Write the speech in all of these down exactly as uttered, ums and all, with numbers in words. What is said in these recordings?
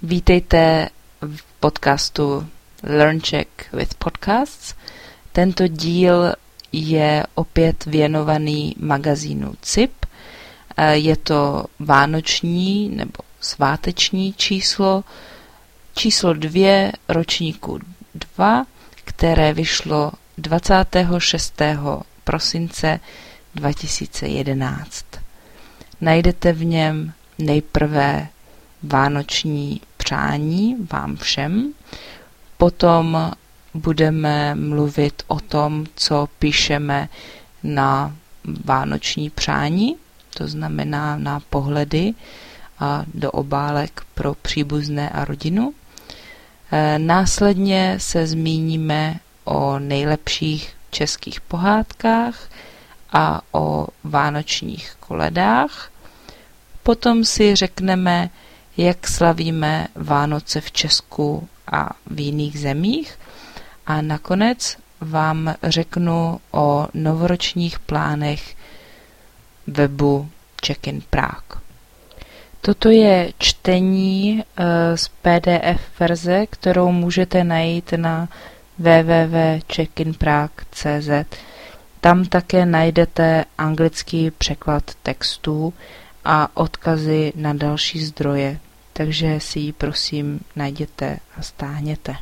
Vítejte v podcastu LearnCheck with Podcasts. Tento díl je opět věnovaný magazínu C I P. Je to vánoční nebo sváteční číslo, číslo dvě ročníku dva, které vyšlo dvacátého šestého prosince dva tisíce jedenáct. Najdete v něm nejprve vánoční přání vám všem, potom budeme mluvit o tom, co píšeme na vánoční přání, to znamená na pohledy a do obálek pro příbuzné a rodinu. Následně se zmíníme o nejlepších českých pohádkách a o vánočních koledách. Potom si řekneme, jak slavíme Vánoce v Česku a v jiných zemích. A nakonec vám řeknu o novoročních plánech webu Check-in Prague. Toto je čtení z P D F verze, kterou můžete najít na w w w tečka check in prague tečka c z. Tam také najdete anglický překlad textů a odkazy na další zdroje, takže si ji prosím najděte a stáhněte.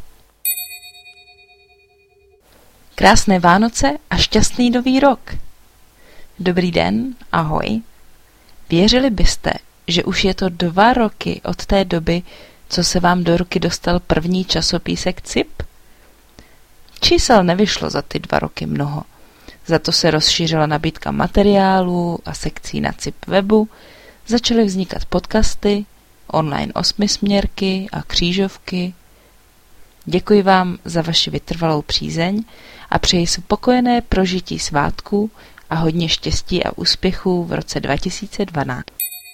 Krásné Vánoce a šťastný nový rok! Dobrý den, ahoj! Věřili byste, že už je to dva roky od té doby, co se vám do ruky dostal první časopísek C I P? Čísel nevyšlo za ty dva roky mnoho. Za to se rozšířila nabídka materiálů a sekcí na C I P webu, začaly vznikat podcasty, online osmisměrky a křížovky. Děkuji vám za vaši vytrvalou přízeň a přeji spokojené prožití svátků a hodně štěstí a úspěchů v roce dva tisíce dvanáct.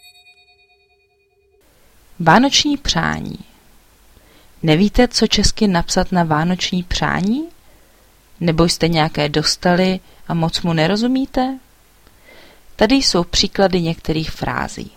Vánoční přání. Nevíte, co česky napsat na vánoční přání? Nebo jste nějaké dostali a moc mu nerozumíte? Tady jsou příklady některých frází.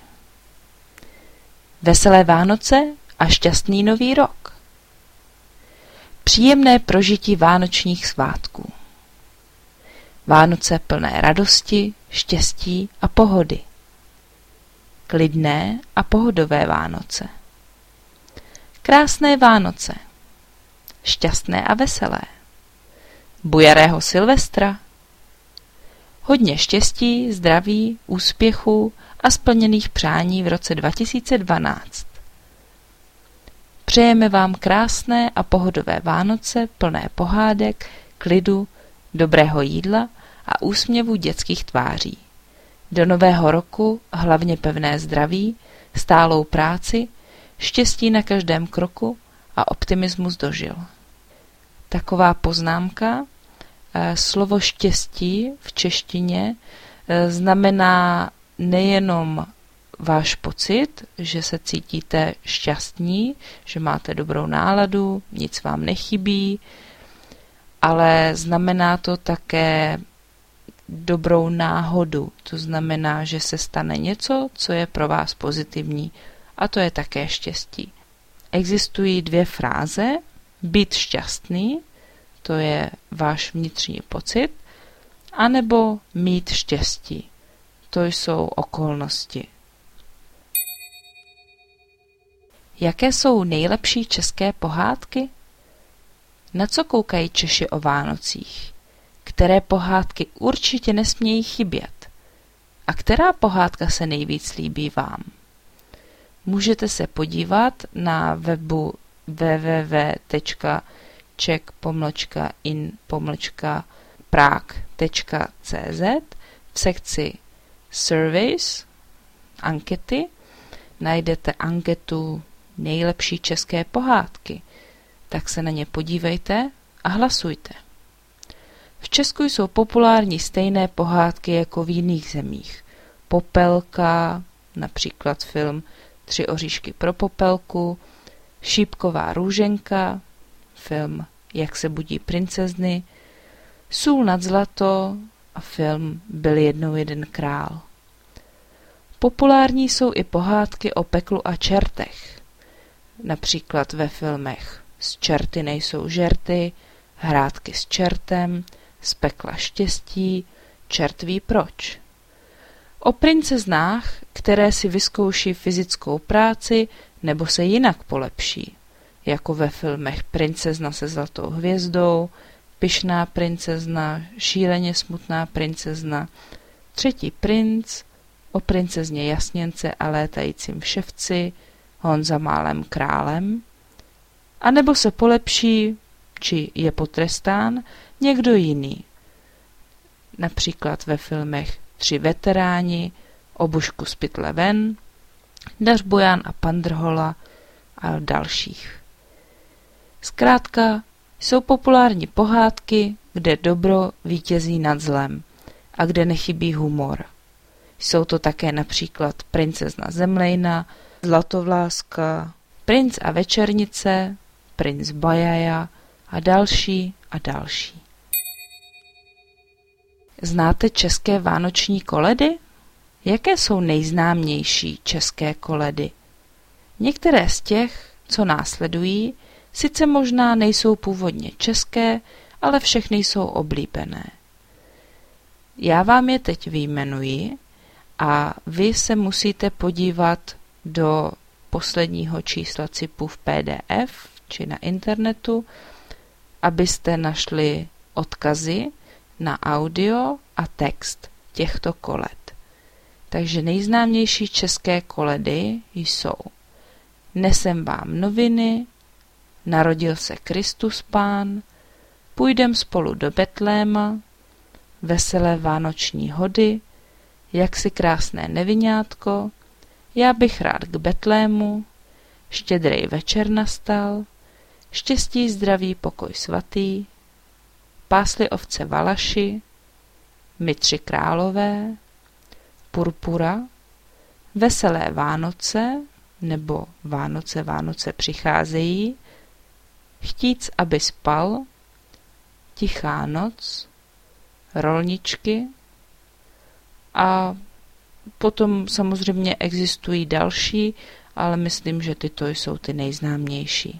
Veselé Vánoce a šťastný nový rok. Příjemné prožití vánočních svátků. Vánoce plné radosti, štěstí a pohody. Klidné a pohodové Vánoce. Krásné Vánoce. Šťastné a veselé. Bujarého Silvestra. Hodně štěstí, zdraví, úspěchů a splněných přání v roce dva tisíce dvanáct. Přejeme vám krásné a pohodové Vánoce plné pohádek, klidu, dobrého jídla a úsměvů dětských tváří. Do nového roku hlavně pevné zdraví, stálou práci, štěstí na každém kroku a optimismus dožil. Taková poznámka. Slovo štěstí v češtině znamená nejenom váš pocit, že se cítíte šťastní, že máte dobrou náladu, nic vám nechybí, ale znamená to také dobrou náhodu. To znamená, že se stane něco, co je pro vás pozitivní, a to je také štěstí. Existují dvě fráze. Být šťastný, to je váš vnitřní pocit, anebo mít štěstí, to jsou okolnosti. Jaké jsou nejlepší české pohádky? Na co koukají Češi o Vánocích? Které pohádky určitě nesmějí chybět? A která pohádka se nejvíc líbí vám? Můžete se podívat na webu w w w tečka check pomlčka in pomlčka prague tečka c z v sekci Surveys, ankety, najdete anketu nejlepší české pohádky, tak se na ně podívejte a hlasujte. V Česku jsou populární stejné pohádky jako v jiných zemích. Popelka, například film Tři oříšky pro Popelku, Šípková růženka, film Jak se budí princezny, Sůl nad zlato a film Byl jednou jeden král. Populární jsou i pohádky o peklu a čertech. například ve filmech Z čerty nejsou žerty, Hrátky s čertem, Z pekla štěstí, Čert ví proč. O princeznách, které si vyzkouší fyzickou práci nebo se jinak polepší, jako ve filmech Princezna se zlatou hvězdou, Pyšná princezna, Šíleně smutná princezna, Třetí princ, o princezně Jasněnce a létajícím ševci, Honza málem králem, a nebo se polepší, či je potrestán někdo jiný. Například ve filmech Tři veteráni, O Bušku z pytle ven, Dařbojan a Pandrhola a dalších. Zkrátka jsou populární pohádky, kde dobro vítězí nad zlem a kde nechybí humor. Jsou to také například Princezna Zemlejna, Zlatovláska, Princ a večernice, Princ Bajaja a další a další. Znáte české vánoční koledy? Jaké jsou nejznámější české koledy? Některé z těch, co následují, sice možná nejsou původně české, ale všechny jsou oblíbené. Já vám je teď vyjmenuji a vy se musíte podívat do posledního čísla cipu v P D F či na internetu, abyste našli odkazy na audio a text těchto koled. Takže nejznámější české koledy jsou Nesem vám noviny, Narodil se Kristus Pán, Půjdem spolu do Betléma, Veselé vánoční hody, Jak si krásné neviňátko, Já bych rád k Betlému, Štědrej večer nastal, Štěstí, zdraví, pokoj svatý, Pásli ovce Valaši, My tři králové, Purpura, Veselé Vánoce nebo Vánoce, Vánoce přicházejí, Chtíc, aby spal, Tichá noc, Rolničky a potom samozřejmě existují další, ale myslím, že tyto jsou ty nejznámější.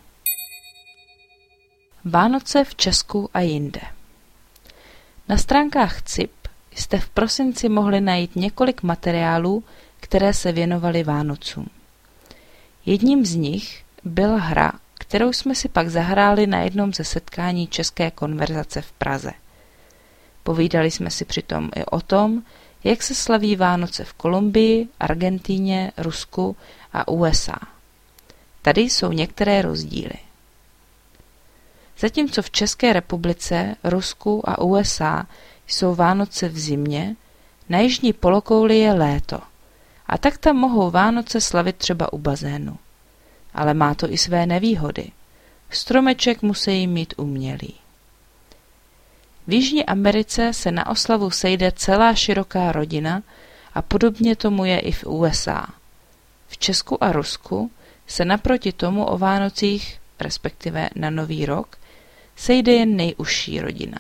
Vánoce v Česku a jinde. Na stránkách C I P jste v prosinci mohli najít několik materiálů, které se věnovaly Vánocům. Jedním z nich byla hra, kterou jsme si pak zahráli na jednom ze setkání České konverzace v Praze. Povídali jsme si přitom i o tom, jak se slaví Vánoce v Kolumbii, Argentíně, Rusku a U S A. Tady jsou některé rozdíly. Zatímco v České republice, Rusku a U S A jsou Vánoce v zimě, na jižní polokouli je léto. A tak tam mohou Vánoce slavit třeba u bazénu. Ale má to i své nevýhody. Stromeček musí mít umělý. V Jižní Americe se na oslavu sejde celá široká rodina a podobně tomu je i v U S A. V Česku a Rusku se naproti tomu o Vánocích, respektive na Nový rok, sejde jen nejužší rodina.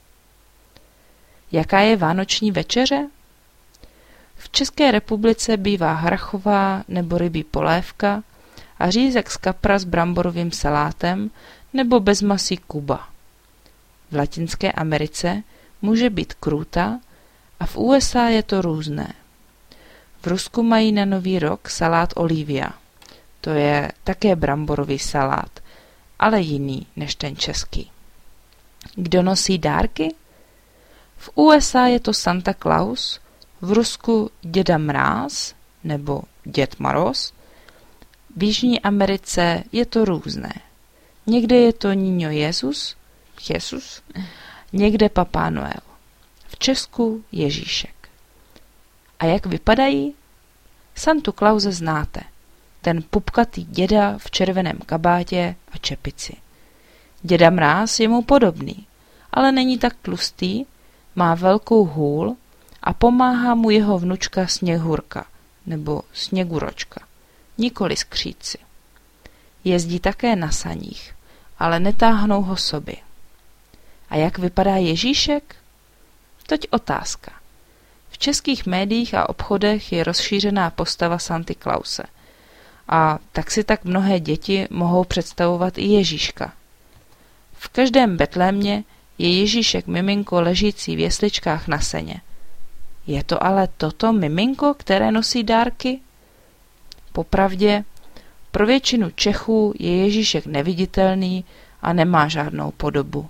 Jaká je vánoční večeře? V České republice bývá hrachová nebo rybí polévka a řízek z kapra s bramborovým salátem nebo bez masí Kuba. V Latinské Americe může být krůta a v U S A je to různé. V Rusku mají na Nový rok salát Olivia. To je také bramborový salát, ale jiný než ten český. Kdo nosí dárky? V U S A je to Santa Claus, v Rusku Děda Mráz nebo Děd Maroz. V Jižní Americe je to různé. Někde je to Niño Jesus, Jesus, někde Papá Noel. V Česku Ježíšek. A jak vypadají? Santu Klause znáte. Ten pupkatý děda v červeném kabátě a čepici. Děda Mráz je mu podobný, ale není tak tlustý, má velkou hůl a pomáhá mu jeho vnučka Sněhurka nebo Sněguročka, nikoli skříci. Jezdí také na saních, ale netáhnou ho sobě. A jak vypadá Ježíšek? Toť otázka. V českých médiích a obchodech je rozšířená postava Santy Klause, a tak si tak mnohé děti mohou představovat i Ježíška. V každém betlémě je Ježíšek miminko ležící v jesličkách na seně. Je to ale toto miminko, které nosí dárky? Popravdě, pro většinu Čechů je Ježíšek neviditelný a nemá žádnou podobu.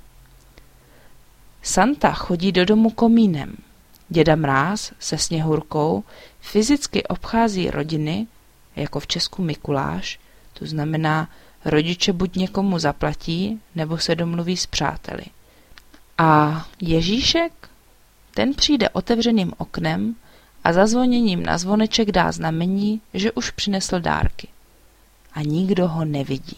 Santa chodí do domu komínem. Děda Mráz se Sněhurkou fyzicky obchází rodiny, jako v Česku Mikuláš, to znamená, rodiče buď někomu zaplatí, nebo se domluví s přáteli. A Ježíšek? Ten přijde otevřeným oknem a zazvoněním na zvoneček dá znamení, že už přinesl dárky. A nikdo ho nevidí.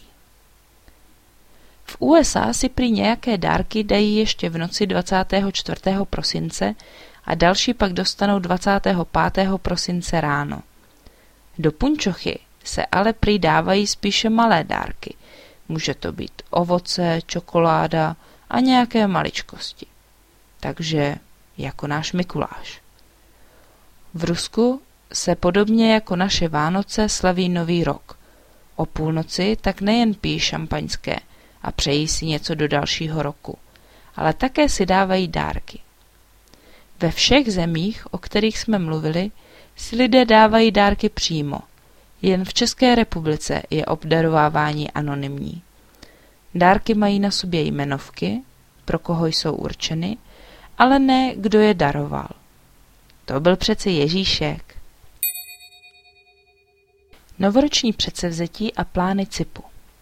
V U S A si prý nějaké dárky dají ještě v noci dvacátého čtvrtého prosince a další pak dostanou dvacátého pátého prosince ráno. Do punčochy se ale prý dávají spíše malé dárky. Může to být ovoce, čokoláda a nějaké maličkosti. Takže jako náš Mikuláš. V Rusku se podobně jako naše Vánoce slaví Nový rok. O půlnoci tak nejen pijí šampaňské a přejí si něco do dalšího roku, ale také si dávají dárky. Ve všech zemích, o kterých jsme mluvili, si lidé dávají dárky přímo. Jen v České republice je obdarovávání anonymní. Dárky mají na sobě jmenovky, pro koho jsou určeny, ale ne, kdo je daroval. To byl přece Ježíšek. Novoroční předsevzetí a plány cipu.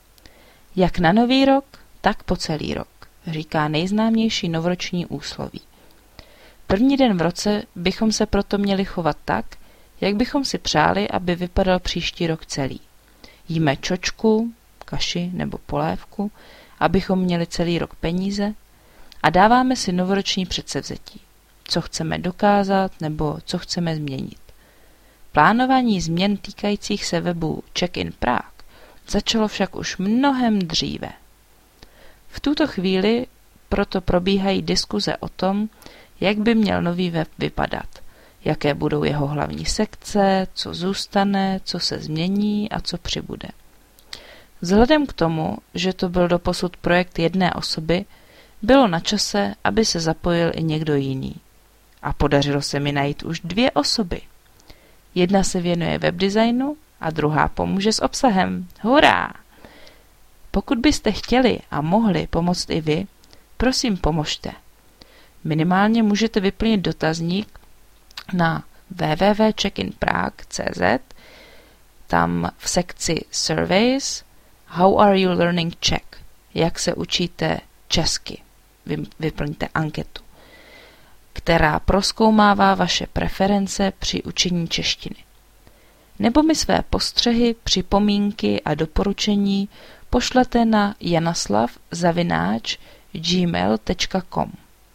Jak na Nový rok, tak po celý rok, říká nejznámější novoroční úsloví. První den v roce bychom se proto měli chovat tak, jak bychom si přáli, aby vypadal příští rok celý. Jíme čočku, kaši nebo polévku, abychom měli celý rok peníze a dáváme si novoroční předsevzetí, co chceme dokázat nebo co chceme změnit. Plánování změn týkajících se webu Check-in Prague začalo však už mnohem dříve. V tuto chvíli proto probíhají diskuze o tom, jak by měl nový web vypadat, jaké budou jeho hlavní sekce, co zůstane, co se změní a co přibude. Vzhledem k tomu, že to byl doposud projekt jedné osoby, bylo na čase, aby se zapojil i někdo jiný. A podařilo se mi najít už dvě osoby. Jedna se věnuje webdesignu a druhá pomůže s obsahem. Hurá! Pokud byste chtěli a mohli pomoct i vy, prosím pomožte. Minimálně můžete vyplnit dotazník na w w w tečka checkin prague tečka c z, tam v sekci Surveys How are you learning Czech? Jak se učíte česky? Vy, vyplňte anketu, která prozkoumává vaše preference při učení češtiny. Nebo mi své postřehy, připomínky a doporučení pošlete na janaslav zavináč gmail tečka com.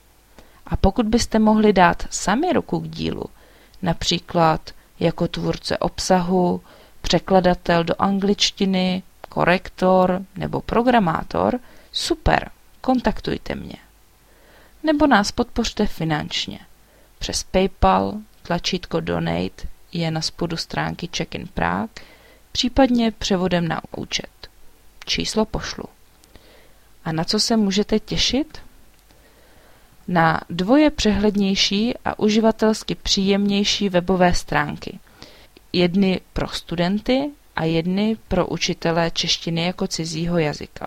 A pokud byste mohli dát sami ruku k dílu, například jako tvůrce obsahu, překladatel do angličtiny, korektor nebo programátor, super, kontaktujte mě. Nebo nás podpořte finančně. Přes PayPal, tlačítko Donate je na spodu stránky Check-in Prague, případně převodem na účet. Číslo pošlu. A na co se můžete těšit? Na dvoje přehlednější a uživatelsky příjemnější webové stránky. Jedny pro studenty a jedny pro učitele češtiny jako cizího jazyka.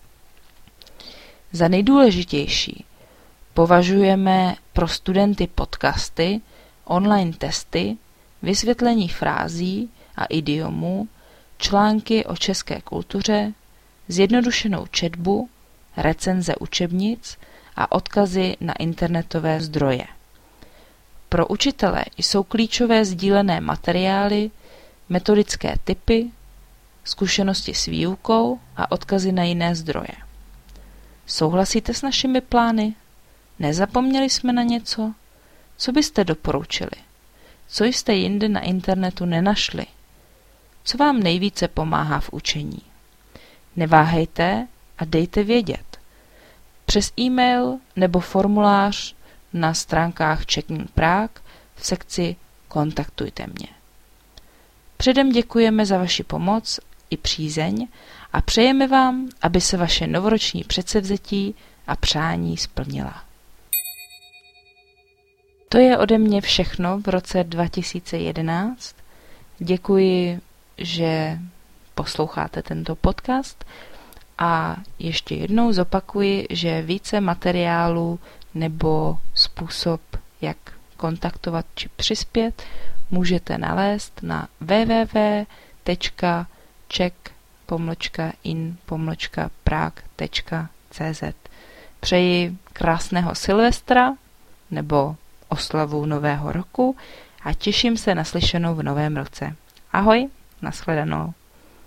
Za nejdůležitější považujeme pro studenty podcasty, online testy, vysvětlení frází a idiomů, články o české kultuře, zjednodušenou četbu, recenze učebnic a odkazy na internetové zdroje. Pro učitele jsou klíčové sdílené materiály, metodické tipy, zkušenosti s výukou a odkazy na jiné zdroje. Souhlasíte s našimi plány? Nezapomněli jsme na něco? Co byste doporučili? Co jste jinde na internetu nenašli? Co vám nejvíce pomáhá v učení? Neváhejte a dejte vědět. Přes e-mail nebo formulář na stránkách Check-in Prague v sekci Kontaktujte mě. Předem děkujeme za vaši pomoc i přízeň a přejeme vám, aby se vaše novoroční předsevzetí a přání splnila. To je ode mě všechno v roce dva tisíce jedenáct. Děkuji, že posloucháte tento podcast a ještě jednou zopakuji, že více materiálů nebo způsob, jak kontaktovat či přispět, můžete nalézt na w w w tečka czech pomlčka in pomlčka prague tečka c z. Přeji krásného Silvestra nebo oslavu Nového roku a těším se na slyšenou v novém roce. Ahoj, nashledanou.